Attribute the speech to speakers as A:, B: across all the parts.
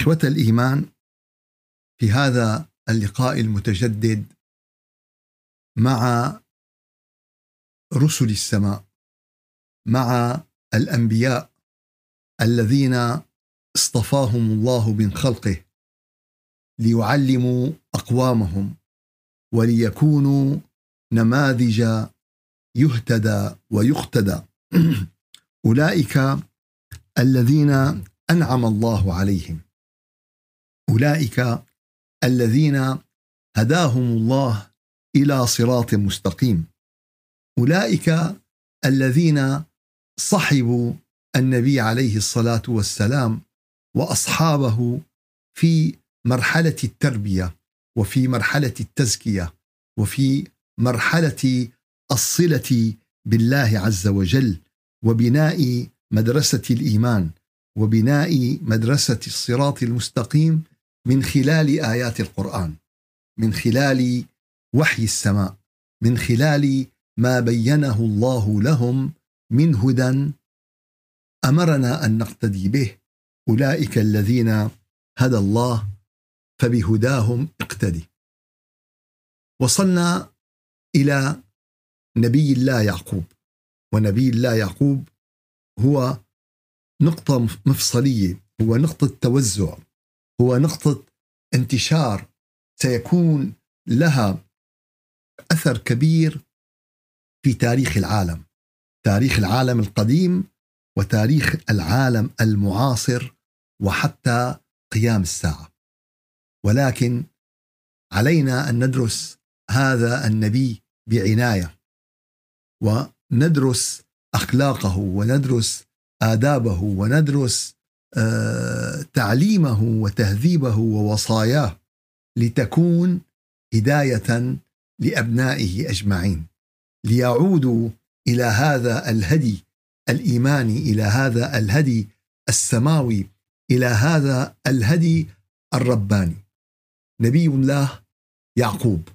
A: إخوة الإيمان، في هذا اللقاء المتجدد مع رسل السماء، مع الأنبياء الذين اصطفاهم الله من خلقه ليعلموا أقوامهم وليكونوا نماذج يهتدى ويقتدى. أولئك الذين أنعم الله عليهم، أولئك الذين هداهم الله إلى صراط مستقيم، أولئك الذين صحبوا النبي عليه الصلاة والسلام وأصحابه في مرحلة التربية وفي مرحلة التزكية وفي مرحلة الصلة بالله عز وجل وبناء مدرسة الإيمان وبناء مدرسة الصراط المستقيم من خلال آيات القرآن، من خلال وحي السماء، من خلال ما بينه الله لهم من هدى أمرنا أن نقتدي به. أولئك الذين هدى الله فبهداهم اقتدي. وصلنا إلى نبي الله يعقوب، ونبي الله يعقوب هو نقطة مفصلية، هو نقطة توزع، هو نقطة انتشار سيكون لها أثر كبير في تاريخ العالم، تاريخ العالم القديم وتاريخ العالم المعاصر وحتى قيام الساعة. ولكن علينا أن ندرس هذا النبي بعناية، وندرس أخلاقه، وندرس آدابه، وندرس تعليمه وتهذيبه ووصاياه، لتكون هداية لأبنائه أجمعين، ليعودوا إلى هذا الهدي الإيماني، إلى هذا الهدي السماوي، إلى هذا الهدي الرباني. نبي الله يعقوب،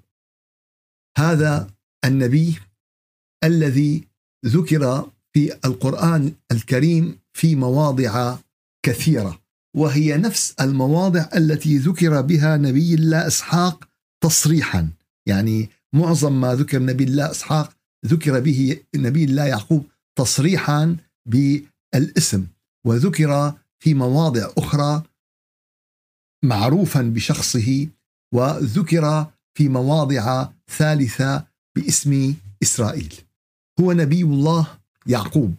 A: هذا النبي الذي ذكر في القرآن الكريم في مواضع كثيرة، وهي نفس المواضع التي ذكر بها نبي الله إسحاق تصريحا، يعني معظم ما ذكر نبي الله إسحاق ذكر به نبي الله يعقوب تصريحا بالاسم، وذكر في مواضع أخرى معروفا بشخصه، وذكر في مواضع ثالثة باسم إسرائيل. هو نبي الله يعقوب،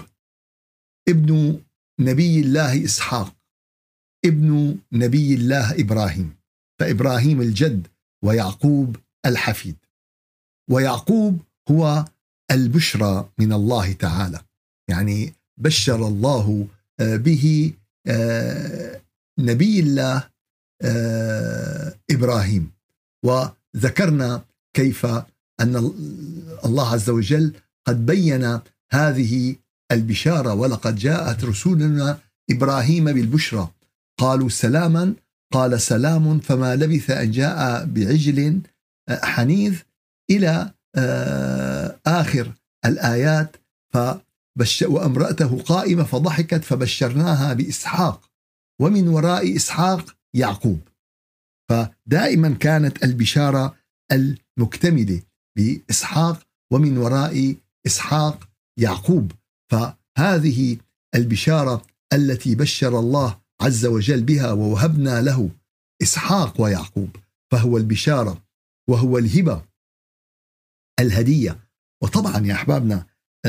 A: ابن نبي الله إسحاق، ابن نبي الله إبراهيم، فإبراهيم الجد ويعقوب الحفيد. ويعقوب هو البشرى من الله تعالى، يعني بشر الله به نبي الله إبراهيم. وذكرنا كيف أن الله عز وجل قد بين هذه البشارة: ولقد جاءت رسولنا إبراهيم بالبشرى قالوا سلاما قال سلام فما لبث أن جاء بعجل حنيذ، إلى آخر الآيات. وامرأته قائمة فضحكت فبشرناها بإسحاق ومن وراء إسحاق يعقوب. فدائما كانت البشارة المكتملة بإسحاق ومن وراء إسحاق يعقوب. فهذه البشارة التي بشر الله عز وجل بها ووهبنا له إسحاق ويعقوب، فهو البشارة وهو الهبة الهدية. وطبعا يا أحبابنا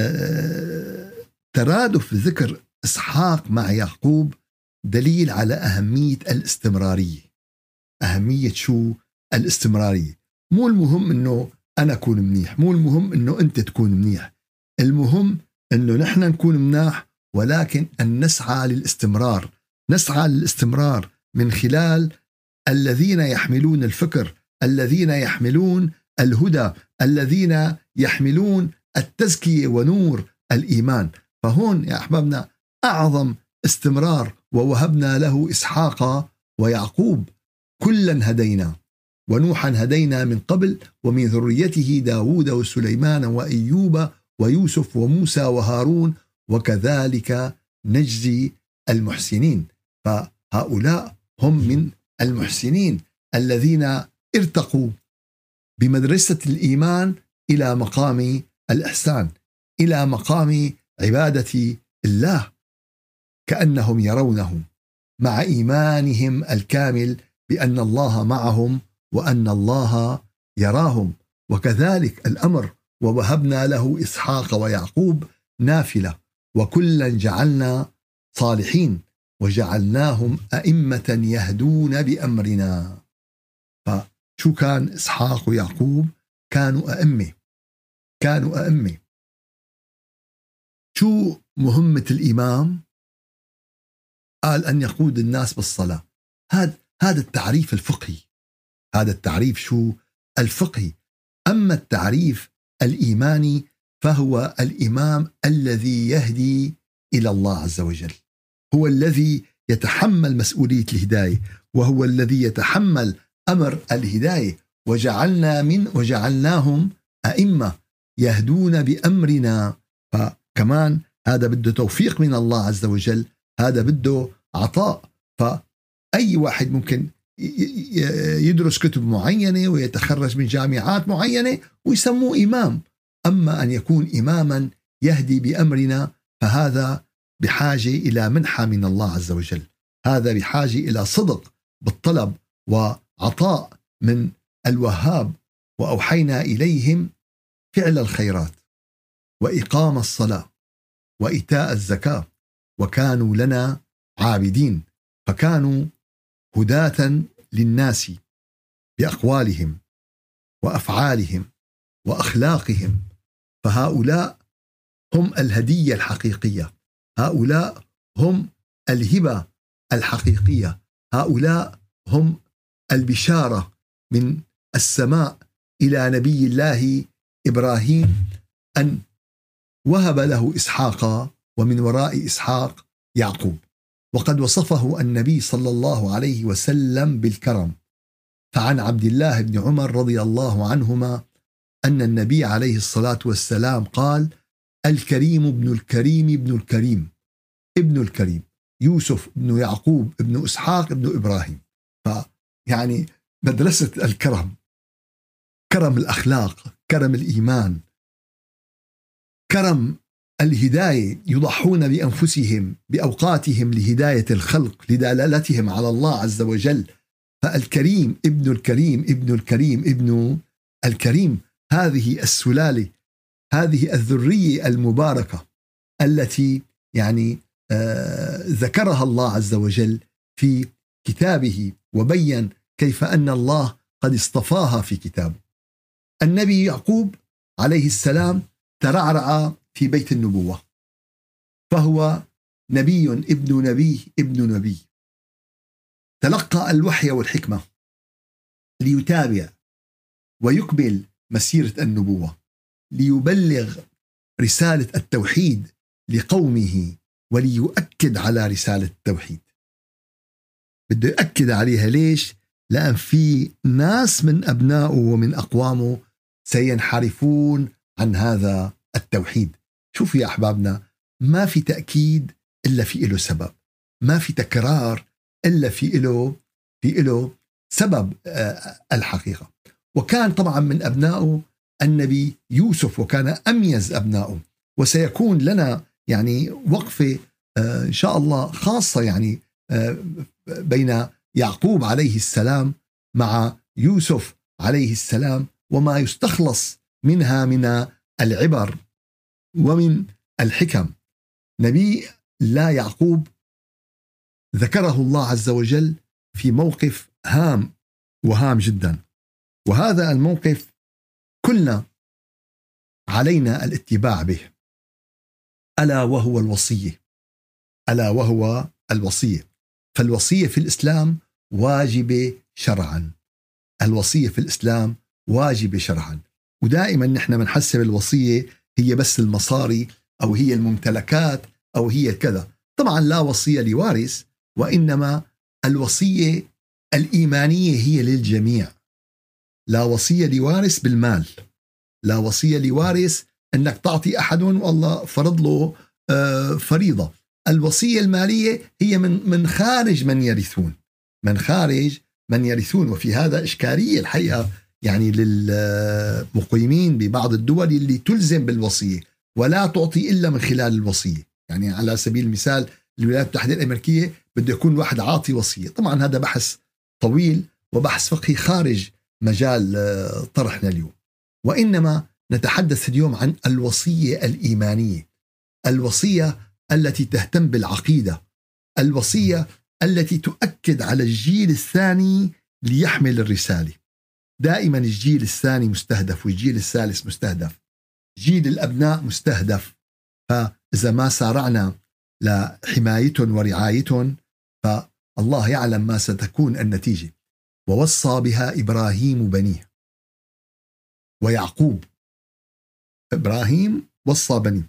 A: ترادف ذكر إسحاق مع يعقوب دليل على أهمية الاستمرارية. أهمية شو الاستمرارية؟ مو المهم أنه أنا أكون منيح، مو المهم أنه أنت تكون منيح، المهم أنه نحن نكون مناح، ولكن أن نسعى للاستمرار، نسعى للاستمرار من خلال الذين يحملون الفكر، الذين يحملون الهدى، الذين يحملون التزكية ونور الإيمان. فهون يا أحبابنا أعظم استمرار، ووهبنا له إسحاق ويعقوب كلا هدينا، ونوحا هدينا من قبل ومن ذريته داود وسليمان وأيوب ويوسف وموسى وهارون وكذلك نجزي المحسنين. فهؤلاء هم من المحسنين الذين ارتقوا بمدرسة الإيمان إلى مقام الإحسان، إلى مقام عبادة الله كأنهم يرونه، مع إيمانهم الكامل بأن الله معهم وأن الله يراهم. وكذلك الأمر، ووهبنا له إسحاق ويعقوب نافلة وكلا جعلنا صالحين وجعلناهم أئمة يهدون بأمرنا. فشو كان إسحاق ويعقوب؟ كانوا أئمة، كانوا أئمة. شو مهمة الإمام؟ قال أن يقود الناس بالصلاة. هذا التعريف الفقهي، هذا التعريف شو؟ الفقهي. أما التعريف الإيماني فهو الإمام الذي يهدي إلى الله عز وجل، هو الذي يتحمل مسؤولية الهداية، وهو الذي يتحمل أمر الهداية. وجعلناهم أئمة يهدون بأمرنا. فكمان هذا بده توفيق من الله عز وجل، هذا بده عطاء. فأي واحد ممكن يدرس كتب معينة ويتخرج من جامعات معينة ويسموه إمام، أما أن يكون إماما يهدي بأمرنا فهذا بحاجة إلى منحة من الله عز وجل، هذا بحاجة إلى صدق بالطلب وعطاء من الوهاب. وأوحينا إليهم فعل الخيرات وإقام الصلاة وإيتاء الزكاة وكانوا لنا عابدين. فكانوا هداة للناس بأقوالهم وأفعالهم وأخلاقهم. فهؤلاء هم الهدية الحقيقية، هؤلاء هم الهبة الحقيقية، هؤلاء هم البشارة من السماء إلى نبي الله إبراهيم أن وهب له إسحاق ومن وراء إسحاق يعقوب. وقد وصفه النبي صلى الله عليه وسلم بالكرم. فعن عبد الله بن عمر رضي الله عنهما أن النبي عليه الصلاة والسلام قال: الكريم ابن الكريم ابن الكريم ابن الكريم، يوسف ابن يعقوب ابن إسحاق ابن إبراهيم. فيعني مدرسة الكرم، كرم الأخلاق، كرم الإيمان، كرم الهداية، يضحون بأنفسهم بأوقاتهم لهداية الخلق لدلالتهم على الله عز وجل. فالكريم ابن الكريم ابن الكريم ابن الكريم، هذه السلالة، هذه الذرية المباركة التي يعني ذكرها الله عز وجل في كتابه وبين كيف أن الله قد اصطفاها في كتابه. النبي يعقوب عليه السلام ترعرع في بيت النبوة، فهو نبي ابن نبي ابن نبي، تلقى الوحي والحكمة ليتابع ويكمل مسيرة النبوة، ليبلغ رسالة التوحيد لقومه وليؤكد على رسالة التوحيد. بده يؤكد عليها. ليش؟ لأن في ناس من أبنائه ومن أقوامه سينحرفون عن هذا التوحيد. شوفوا يا أحبابنا، ما في تأكيد إلا في له سبب، ما في تكرار إلا في له سبب الحقيقة. وكان طبعا من أبنائه النبي يوسف، وكان أميز أبنائه. وسيكون لنا يعني وقفة إن شاء الله خاصة يعني بين يعقوب عليه السلام مع يوسف عليه السلام، وما يستخلص منها من العبر ومن الحكم. نبي لا يعقوب ذكره الله عز وجل في موقف هام وهام جدا، وهذا الموقف كلنا علينا الاتباع به، ألا وهو الوصية. ألا وهو الوصية. فالوصية في الإسلام واجبة شرعا، الوصية في الإسلام واجبة شرعا. ودائما نحن بنحسب الوصية هي بس المصاري أو هي الممتلكات أو هي كذا. طبعا لا وصية لوارث، وإنما الوصية الإيمانية هي للجميع. لا وصية لوارث بالمال، لا وصية لوارث أنك تعطي أحد والله فرض له فريضة. الوصية المالية هي من خارج من يرثون، من خارج من يرثون. وفي هذا إشكالية الحقيقة يعني للمقيمين ببعض الدول اللي تلزم بالوصية ولا تعطي إلا من خلال الوصية. يعني على سبيل المثال الولايات المتحدة الأمريكية بده يكون واحد عاطي وصية. طبعا هذا بحث طويل وبحث فقهي خارج مجال طرحنا اليوم، وإنما نتحدث اليوم عن الوصية الإيمانية، الوصية التي تهتم بالعقيدة، الوصية التي تؤكد على الجيل الثاني ليحمل الرسالة. دائما الجيل الثاني مستهدف والجيل الثالث مستهدف، جيل الأبناء مستهدف. فإذا ما سارعنا لحمايتهم ورعايتهم فالله يعلم ما ستكون النتيجة. ووصى بها إبراهيم بنيه ويعقوب. إبراهيم وصى بنيه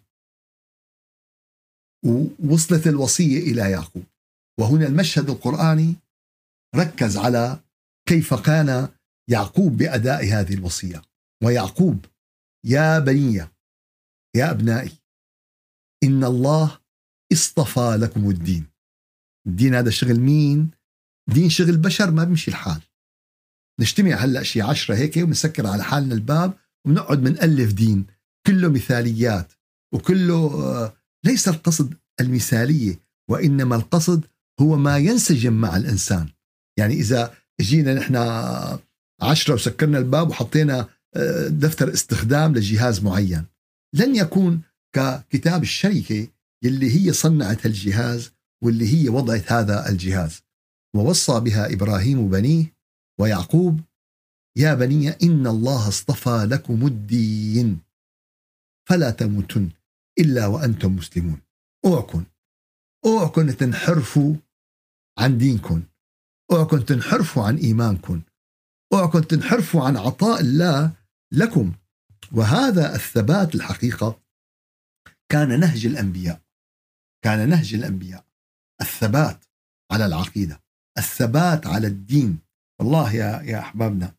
A: ووصلت الوصية إلى يعقوب. وهنا المشهد القرآني ركز على كيف كان يعقوب بأداء هذه الوصية. ويعقوب يا بني يا أبنائي إن الله اصطفى لكم الدين. الدين هذا شغل مين؟ دين شغل بشر، ما بيمشي الحال. نجتمع هلأ شي 10 هيك ونسكر على حالنا الباب ونقعد منألف دين كله مثاليات وكله ليس القصد المثالية، وإنما القصد هو ما ينسجم مع الإنسان. يعني إذا جينا نحن 10 وسكرنا الباب وحطينا دفتر استخدام لجهاز معين، لن يكون ككتاب الشركة اللي هي صنعت الجهاز واللي هي وضعت هذا الجهاز. ووصى بها إبراهيم بنيه ويعقوب يا بني إن الله اصطفى لكم الدين فلا تموتن إلا وأنتم مسلمون. اوعكن تنحرفوا عن دينكم، اوعكن تنحرفوا عن إيمانكم، اوعكن تنحرفوا عن عطاء الله لكم. وهذا الثبات الحقيقة كان نهج الأنبياء، كان نهج الأنبياء، الثبات على العقيدة، الثبات على الدين. والله يا أحبابنا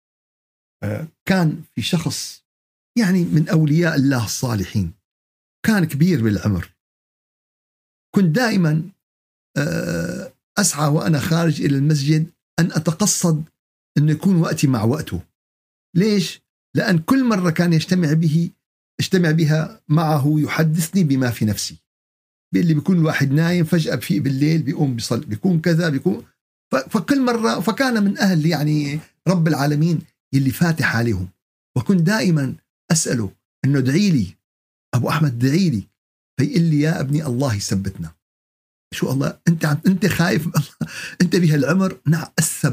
A: كان في شخص يعني من أولياء الله الصالحين، كان كبير بالعمر، كنت دائما أسعى وأنا خارج إلى المسجد أن أتقصد أن يكون وقتي مع وقته. ليش؟ لأن كل مرة كان اجتمع بها معه يحدثني بما في نفسي. اللي بيكون الواحد نايم فجأة بفيق بالليل بيقوم بيصلي، بيكون كذا بيكون فكل مرة. فكان من أهل يعني رب العالمين اللي فاتح عليهم. وكنت دائما أسأله أنه ادعي لي أبو أحمد، ادعي لي. فيقول لي يا ابني الله يثبتنا. شو الله أنت خايف أنت بهالعمر؟ نعم،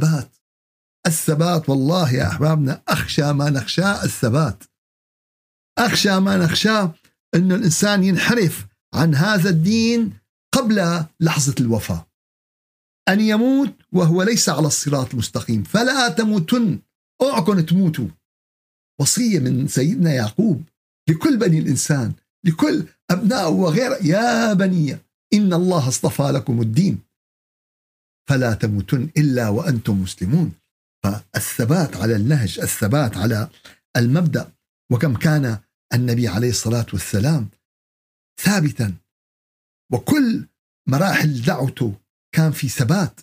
A: الثبات والله يا أحبابنا أخشى ما نخشى الثبات، أخشى ما نخشى أن الإنسان ينحرف عن هذا الدين قبل لحظة الوفاة، أن يموت وهو ليس على الصراط المستقيم. فلا تموتن، اوعكن تموتوا. وصية من سيدنا يعقوب لكل بني الإنسان، لكل أبنائه وغيره. يا بني إن الله اصطفى لكم الدين فلا تموتن إلا وأنتم مسلمون. فالثبات على النهج، الثبات على المبدأ. وكم كان النبي عليه الصلاة والسلام ثابتا، وكل مراحل دعوته كان في ثبات،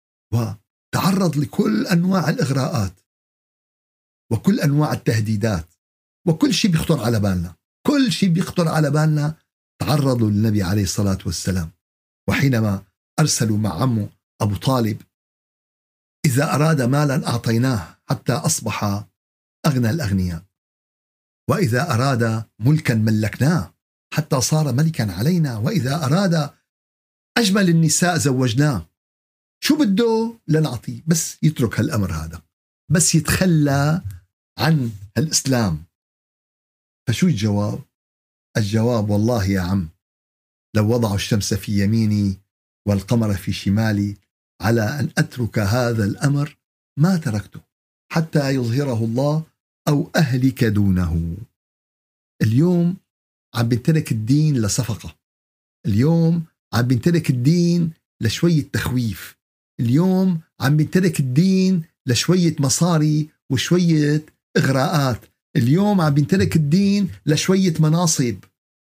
A: وتعرض لكل أنواع الإغراءات وكل أنواع التهديدات وكل شيء بيخطر على بالنا، كل شيء بيخطر على بالنا تعرضوا للنبي عليه الصلاة والسلام. وحينما أرسلوا مع عمه أبو طالب إذا أراد مالا أعطيناه حتى أصبح أغنى الأغنياء، وإذا أراد ملكا ملكناه حتى صار ملكا علينا، وإذا أراد أجمل النساء زوجناه. شو بده لنعطيه، بس يترك هالأمر هذا، بس يتخلى عن الإسلام. فشو الجواب؟ الجواب والله يا عم لو وضعوا الشمس في يميني والقمر في شمالي على أن أترك هذا الأمر ما تركته حتى يظهره الله أو أهلك دونه. اليوم عم بنترك الدين لصفقة، اليوم عم بنترك الدين لشوية تخويف، اليوم عم بنترك الدين لشوية مصاري وشوية إغراءات، اليوم عم بنترك الدين لشوية مناصب.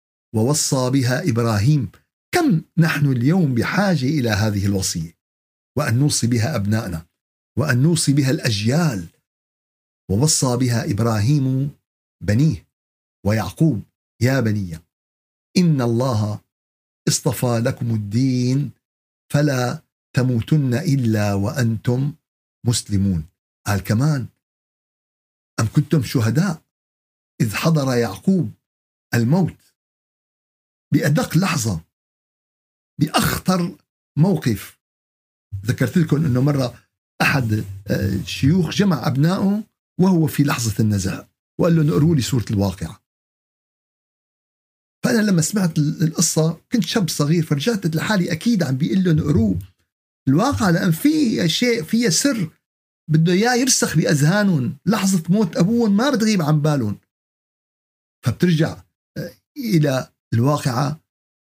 A: ووصى بها إبراهيم. كم نحن اليوم بحاجة إلى هذه الوصية، وأن نوصي بها أبنائنا وأن نوصي بها الأجيال. ووصى بها إبراهيم بنيه ويعقوب يا بني إن الله اصطفى لكم الدين فلا تموتن إلا وأنتم مسلمون. قال كمان أم كنتم شهداء إذ حضر يعقوب الموت بأدق لحظة بأخطر موقف. ذكرت لكم أنه مرة أحد الشيوخ جمع أبنائه وهو في لحظة النزع وقال له نقروا لي سورة الواقعة. فأنا لما سمعت القصة كنت شاب صغير فرجعت لحالي أكيد عم بيقول له نقروه الواقع لأن في شيء فيه سر بده إياه يرسخ بأذهانهم. لحظة موت أبوهم ما بتغيب عن بالهم. فبترجع إلى الواقعة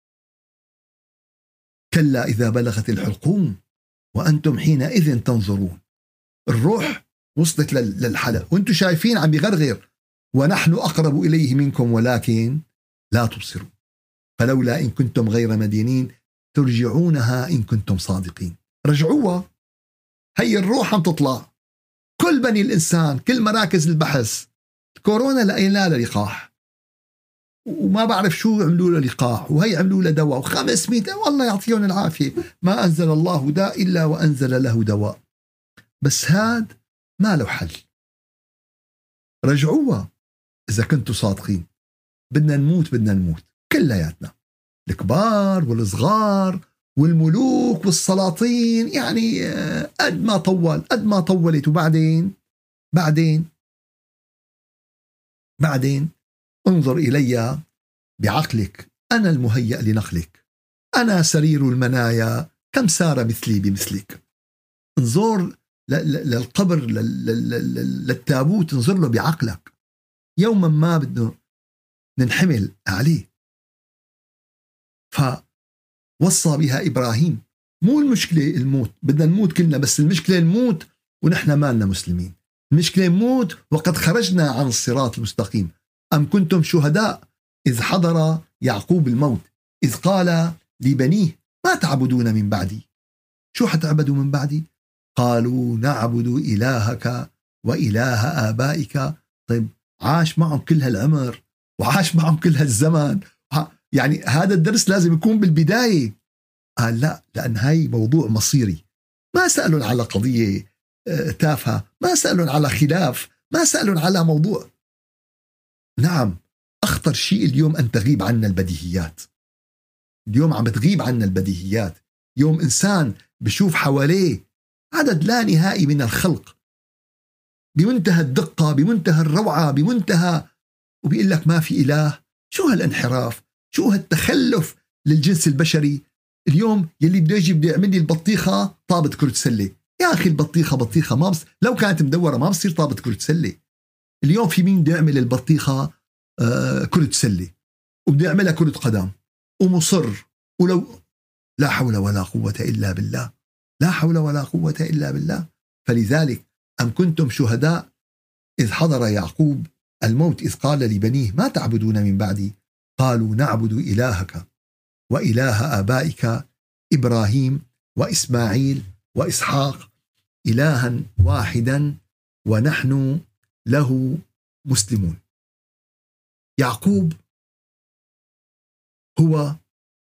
A: كلا إذا بلغت الحلقوم وأنتم حينئذ تنظرون. الروح وصلت للحلق وأنتم شايفين عم يغرغر ونحن أقرب إليه منكم ولكن لا تبصرون فلولا إن كنتم غير مدينين ترجعونها إن كنتم صادقين. رجعوها. هي الروح عم تطلع. كل بني الإنسان كل مراكز البحث الكورونا لقينا لها لقاح وما بعرف شو عملوا له لقاح وهي عملوا له دواء و500 والله يعطيهم العافية. ما أنزل الله داء إلا وأنزل له دواء. بس هاد ما له حل. رجعوها إذا كنتوا صادقين. بدنا نموت كلياتنا الكبار والصغار والملوك والسلاطين. يعني قد ما طولت بعدين انظر إلي بعقلك أنا المهيأ لنقلك أنا سرير المنايا كم سار مثلي بمثلك. انظر للقبر للتابوت انظر له بعقلك. يوما ما بدنا ننحمل عليه. فوصى بها إبراهيم. مو المشكلة الموت بدنا نموت كلنا بس المشكلة نموت ونحن ما لنا مسلمين. المشكلة نموت وقد خرجنا عن الصراط المستقيم. أم كنتم شهداء إذ حضر يعقوب الموت إذ قال لبنيه ما تعبدون من بعدي. شو حتعبدوا من بعدي؟ قالوا نعبد إلهك وإله آبائك. طيب عاش معهم كل هالعمر وعاش معهم كل هالزمن. يعني هذا الدرس لازم يكون بالبداية. قال لا لأن هاي موضوع مصيري. ما سألون على قضية تافهة ما سألون على خلاف ما سألون على موضوع. نعم أخطر شيء اليوم أن تغيب عنا البديهيات. اليوم عم بتغيب عنا البديهيات. يوم إنسان بشوف حواليه عدد لا نهائي من الخلق بمنتهى الدقة بمنتهى الروعة بمنتهى وبيقول لك ما في إله. شو هالانحراف شو هالتخلف للجنس البشري. اليوم يلي بده يجي بده يعمل لي البطيخة طابة كرة سلة. يا أخي البطيخة بطيخة ما بس لو كانت مدورة ما بصير طابة كرة سلة. اليوم في مين بده يعمل البطيخة كرة سلة وبده يعملها كرة قدم ومصر ولو لا حول ولا قوة إلا بالله. لا حول ولا قوة إلا بالله. فلذلك أم كنتم شهداء إذ حضر يعقوب الموت إذ قال لبنيه ما تعبدون من بعدي قالوا نعبد إلهك وإله آبائك إبراهيم وإسماعيل وإسحاق إلها واحدا ونحن له مسلمون. يعقوب هو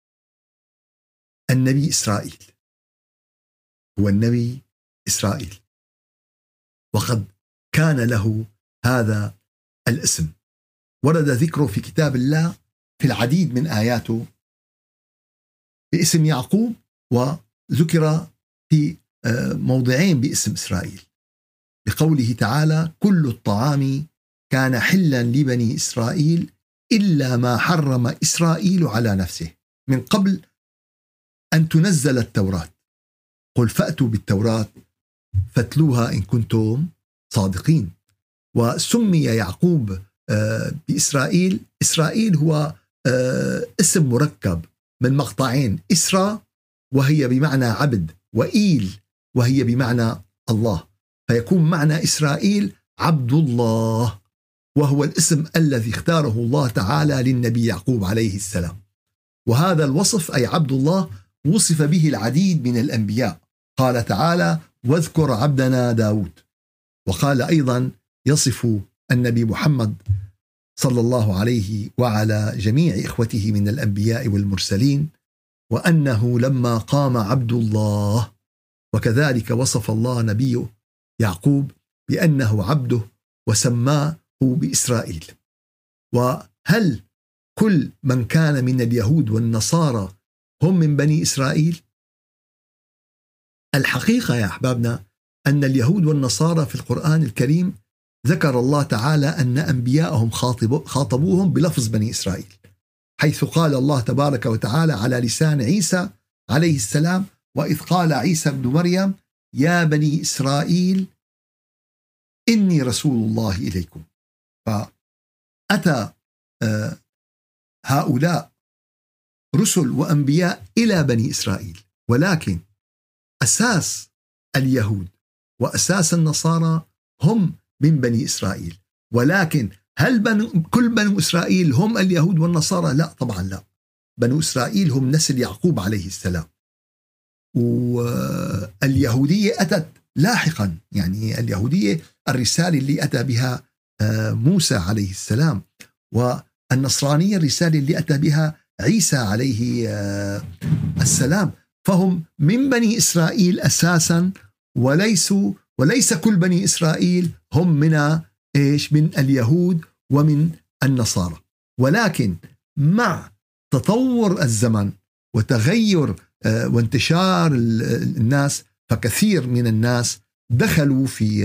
A: النبي إسرائيل. هو النبي إسرائيل وقد كان له هذا الاسم. ورد ذكره في كتاب الله في العديد من آياته باسم يعقوب وذكر في موضعين باسم إسرائيل بقوله تعالى كل الطعام كان حلا لبني إسرائيل إلا ما حرم إسرائيل على نفسه من قبل أن تنزل التوراة قل فأتوا بالتوراة فاتلوها إن كنتم صادقين. وسمي يعقوب بإسرائيل. إسرائيل هو اسم مركب من مقطعين إسرى وهي بمعنى عبد وإيل وهي بمعنى الله فيكون معنى إسرائيل عبد الله وهو الاسم الذي اختاره الله تعالى للنبي يعقوب عليه السلام. وهذا الوصف أي عبد الله وصف به العديد من الأنبياء قال تعالى واذكر عبدنا داود. وقال أيضا يصف النبي محمد صلى الله عليه وعلى جميع إخوته من الأنبياء والمرسلين وأنه لما قام عبد الله. وكذلك وصف الله نبيه يعقوب بأنه عبده وسماه بإسرائيل. وهل كل من كان من اليهود والنصارى هم من بني إسرائيل؟ الحقيقة يا أحبابنا أن اليهود والنصارى في القرآن الكريم ذكر الله تعالى أن أنبياءهم خاطبوهم بلفظ بني إسرائيل، حيث قال الله تبارك وتعالى على لسان عيسى عليه السلام: وإذ قال عيسى ابن مريم يا بني إسرائيل إني رسول الله إليكم. فأتى هؤلاء رسل وأنبياء إلى بني إسرائيل، ولكن أساس اليهود وأساس النصارى هم من بني إسرائيل. ولكن هل كل بنو إسرائيل هم اليهود والنصارى؟ لا، طبعا لا. بنو إسرائيل هم نسل يعقوب عليه السلام، واليهودية أتت لاحقا. يعني اليهودية الرسالة اللي أتى بها موسى عليه السلام، والنصرانية الرسالة اللي أتى بها عيسى عليه السلام. فهم من بني إسرائيل أساسا، وليس كل بني إسرائيل هم من اليهود ومن النصارى. ولكن مع تطور الزمن وتغير وانتشار الناس، فكثير من الناس دخلوا في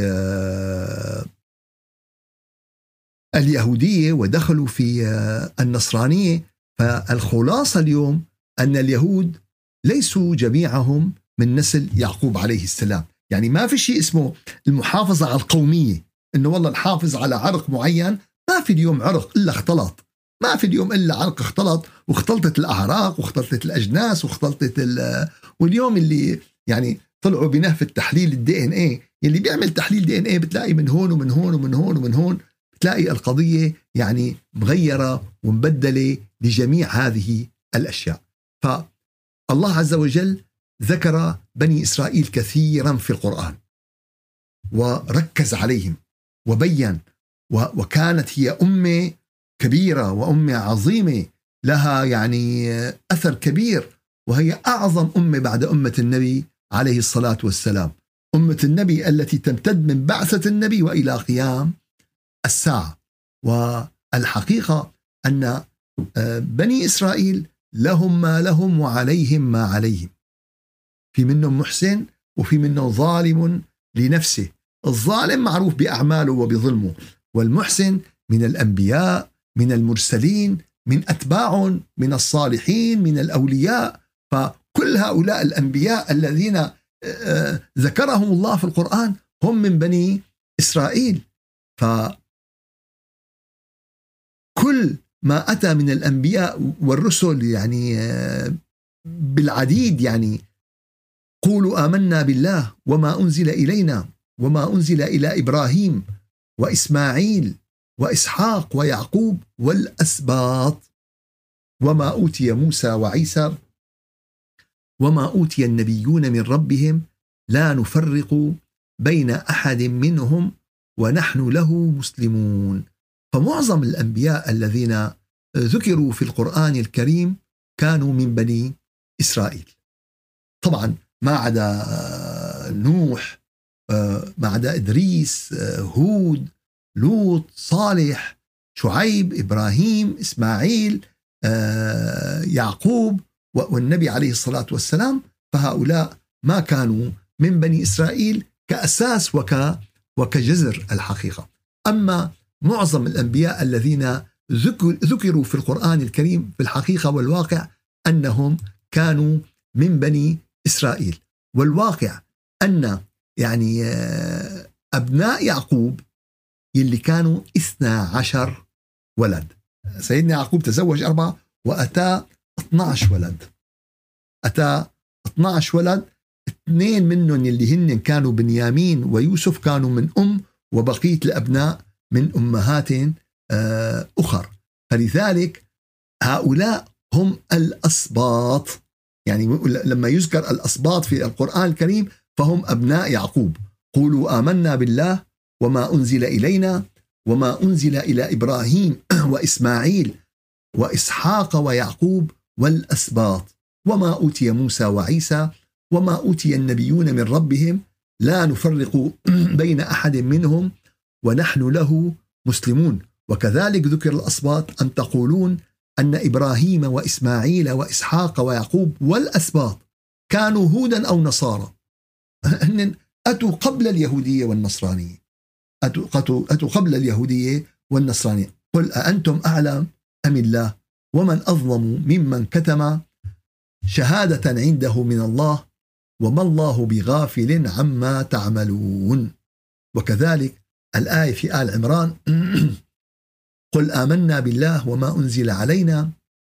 A: اليهودية ودخلوا في النصرانية. فالخلاصة اليوم أن اليهود ليسوا جميعهم من نسل يعقوب عليه السلام. يعني ما في شيء اسمه المحافظة على القومية، إنه والله نحافظ على عرق معين. ما في اليوم عرق إلا اختلط، ما في اليوم إلا عرق اختلط، واختلطت الأعراق واختلطت الأجناس واليوم اللي يعني طلعوا بنهف التحليل DNA، اللي بيعمل تحليل DNA بتلاقي من هون ومن هون ومن هون ومن هون، بتلاقي القضية يعني مغيرة ومبدلة لجميع هذه الأشياء. فالله عز وجل ذكر بني إسرائيل كثيرا في القرآن وركز عليهم وبين، وكانت هي أمة كبيرة وأمة عظيمة لها يعني أثر كبير، وهي أعظم أمة بعد أمة النبي عليه الصلاة والسلام، أمة النبي التي تمتد من بعثة النبي وإلى قيام الساعة. والحقيقة أن بني إسرائيل لهم ما لهم وعليهم ما عليهم، في منهم محسن وفي منهم ظالم لنفسه. الظالم معروف بأعماله وبظلمه، والمحسن من الأنبياء من المرسلين من أتباع من الصالحين من الأولياء. فكل هؤلاء الأنبياء الذين ذكرهم الله في القرآن هم من بني إسرائيل. فكل ما أتى من الأنبياء والرسل يعني بالعديد، يعني قولوا آمنا بالله وما أنزل إلينا وما أنزل إلى إبراهيم وإسماعيل وإسحاق ويعقوب والأسباط وما أوتي موسى وعيسى وما أوتي النبيون من ربهم لا نفرق بين أحد منهم ونحن له مسلمون. فمعظم الأنبياء الذين ذكروا في القرآن الكريم كانوا من بني إسرائيل، طبعا ما عدا نوح، ما عدا إدريس، هود، لوط، صالح، شعيب، إبراهيم، إسماعيل، يعقوب والنبي عليه الصلاة والسلام. فهؤلاء ما كانوا من بني إسرائيل كأساس وكجذر الحقيقة. أما معظم الأنبياء الذين ذكروا في القرآن الكريم في الحقيقة والواقع أنهم كانوا من بني إسرائيل. والواقع أن يعني أبناء يعقوب يلي كانوا 12 ولد، سيدنا يعقوب تزوج 4 وأتى 12 ولد، أتى 12 ولد، 2 منهم يلي هن كانوا بنيامين ويوسف كانوا من وبقية الأبناء من أمهات أخر. فلذلك هؤلاء هم الأسباط. يعني لما يذكر الأسباط في القرآن الكريم فهم أبناء يعقوب. قولوا آمنا بالله وما أنزل إلينا وما أنزل إلى إبراهيم وإسماعيل وإسحاق ويعقوب والأسباط وما أوتي موسى وعيسى وما أوتي النبيون من ربهم لا نفرق بين أحد منهم ونحن له مسلمون. وكذلك ذكر الأسباط أم تقولون أن إبراهيم وإسماعيل وإسحاق ويعقوب والأسباط كانوا هودا أو نصارى، أتوا قبل اليهودية والنصرانية، أتوا قبل اليهودية والنصرانية. قل أأنتم أعلم أم الله ومن أظلم ممن كتم شهادة عنده من الله وما الله بغافل عما تعملون. وكذلك الآية في آل عمران قل آمنا بالله وما أنزل علينا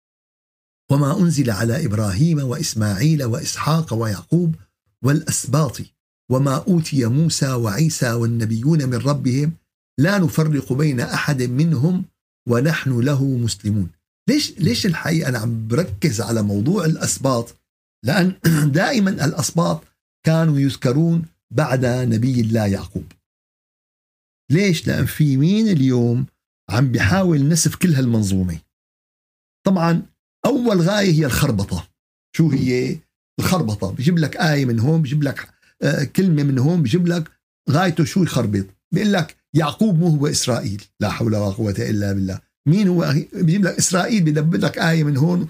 A: وما أنزل على إبراهيم وإسماعيل وإسحاق ويعقوب والأسباط وما أوتي موسى وعيسى والنبيون من ربهم لا نفرق بين أحد منهم ونحن له مسلمون. ليش الحقيقة أنا عم بركز على موضوع الأسباط؟ لأن دائما الأسباط كانوا يذكرون بعد نبي الله يعقوب. ليش؟ لأن في مين اليوم عم بيحاول نسف كل هالمنظومة. طبعا أول غاية هي الخربطة. شو هي الخربطة؟ بيجيب لك آية من هون، بيجيب لك كلمة من هون، بيجيب لك غايته شو يخربط. بيقول لك يعقوب مو هو إسرائيل، لا حول ولا قوة إلا بالله. مين هو؟ بيجيب لك إسرائيل، بيدبر لك آية من هون.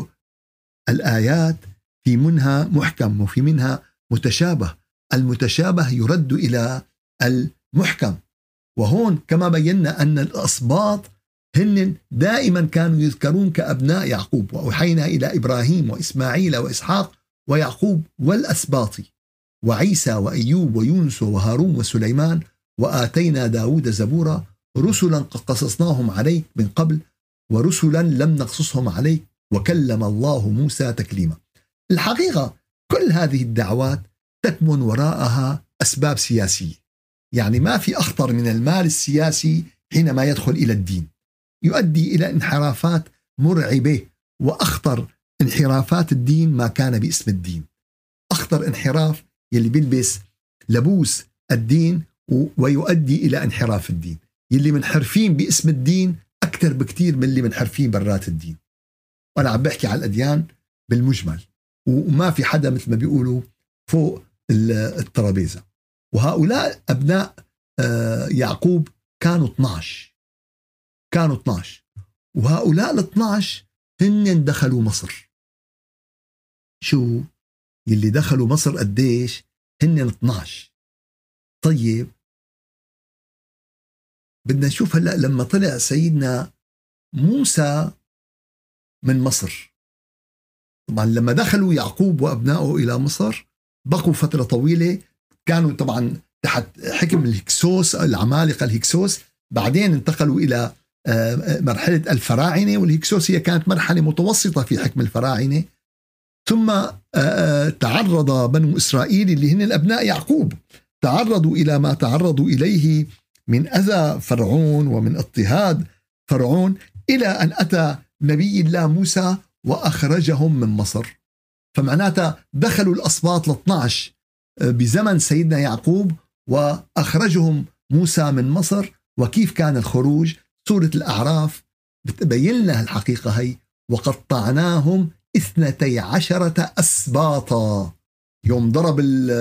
A: الآيات في منها محكم وفي منها متشابه. المتشابه يرد إلى المحكم. وهون كما بينا أن الأسباط هن دائما كانوا يذكرون كأبناء يعقوب. وأوحينا إلى إبراهيم وإسماعيل وإسحاق ويعقوب والأسباط وعيسى وأيوب ويونس وهارون وسليمان وآتينا داود زبورا رسلا قد قصصناهم عليك من قبل ورسلا لم نقصصهم عليك وكلم الله موسى تكليما. الحقيقة كل هذه الدعوات تكمن وراءها أسباب سياسية. يعني ما في أخطر من المال السياسي حينما يدخل إلى الدين، يؤدي إلى انحرافات مرعبة. وأخطر انحرافات الدين ما كان باسم الدين. أخطر انحراف يلي بيلبس لبوس الدين ويؤدي إلى انحراف الدين. يلي منحرفين باسم الدين أكثر بكتير من اللي منحرفين برات الدين. وأنا عم بحكي على الأديان بالمجمل، وما في حدا مثل ما بيقولوا فوق الترابيزة. وهؤلاء أبناء يعقوب كانوا 12. وهؤلاء ال12 هن دخلوا مصر. شو يلي دخلوا مصر قديش؟ هن 12. طيب بدنا نشوف هلأ لما طلع سيدنا موسى من مصر. طبعا لما دخلوا يعقوب وأبنائه إلى مصر بقوا فترة طويلة، كانوا طبعا تحت حكم الهكسوس، العمالقة الهكسوس. بعدين انتقلوا إلى مرحلة الفراعنة، والهكسوس هي كانت مرحلة متوسطة في حكم الفراعنة. ثم تعرض بنو إسرائيل اللي هن الأبناء يعقوب، تعرضوا إلى ما تعرضوا إليه من أذى فرعون ومن اضطهاد فرعون، إلى أن أتى نبي الله موسى وأخرجهم من مصر. فمعناتها دخلوا الأسباط 12 بزمن سيدنا يعقوب وأخرجهم موسى من مصر. وكيف كان الخروج؟ سورة الأعراف بتبين لنا الحقيقة هي. وقطعناهم 12 أسباطا. يوم ضرب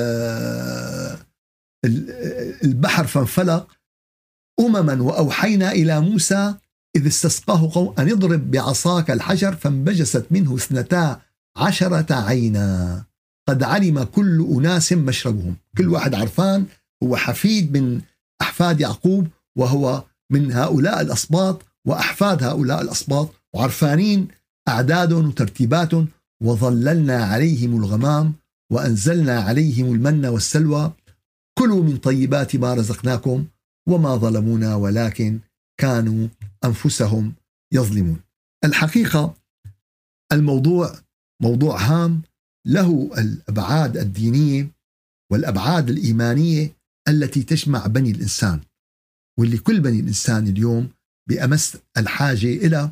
A: البحر فانفلق أمما وأوحينا إلى موسى إذ استسقاه قوم أن يضرب بعصاك الحجر فانبجست منه 12 عينا قد علم كل أناس مشربهم. كل واحد عرفان، هو حفيد من أحفاد يعقوب، وهو من هؤلاء الأسباط وأحفاد هؤلاء الأسباط، وعرفانين أعدادهم وترتيباتهم. وظللنا عليهم الغمام وأنزلنا عليهم المن والسلوى كلوا من طيبات ما رزقناكم وما ظلمونا ولكن كانوا أنفسهم يظلمون. الحقيقة الموضوع موضوع هام، له الأبعاد الدينية والأبعاد الإيمانية التي تجمع بني الإنسان، واللي كل بني الإنسان اليوم بأمس الحاجة إلى،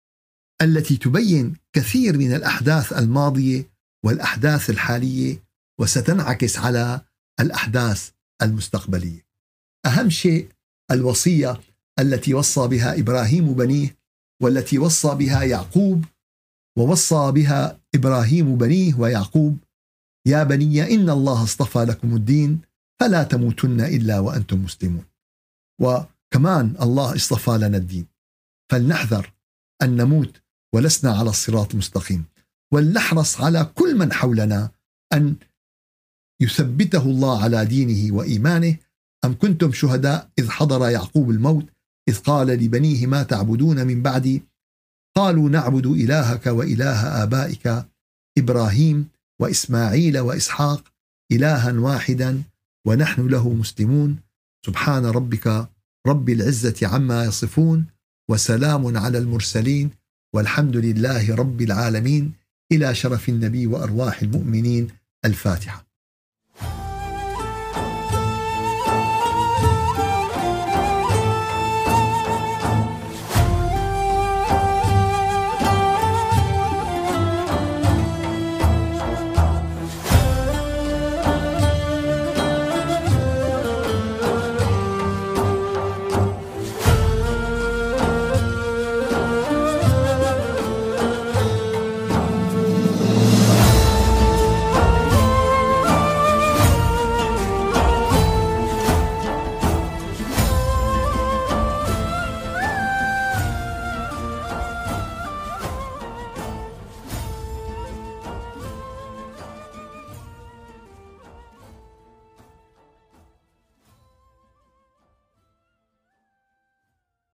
A: والتي تبين كثير من الأحداث الماضية والأحداث الحالية وستنعكس على الأحداث المستقبلية. أهم شيء الوصية التي وصى بها إبراهيم بنيه، والتي وصى بها يعقوب، ووصى بها إبراهيم بنيه ويعقوب: يا بني إن الله اصطفى لكم الدين فلا تموتن إلا وأنتم مسلمون. وكمان الله اصطفى لنا الدين، فلنحذر أن نموت ولسنا على الصراط المستقيم، ولنحرص على كل من حولنا أن يثبته الله على دينه وإيمانه. أم كنتم شهداء إذ حضر يعقوب الموت إذ قال لبنيه ما تعبدون من بعدي قالوا نعبد إلهك وإله آبائك إبراهيم وإسماعيل وإسحاق إلها واحدا ونحن له مسلمون. سبحان ربك رب العزة عما يصفون، وسلام على المرسلين، والحمد لله رب العالمين. إلى شرف النبي وأرواح المؤمنين. الفاتحة.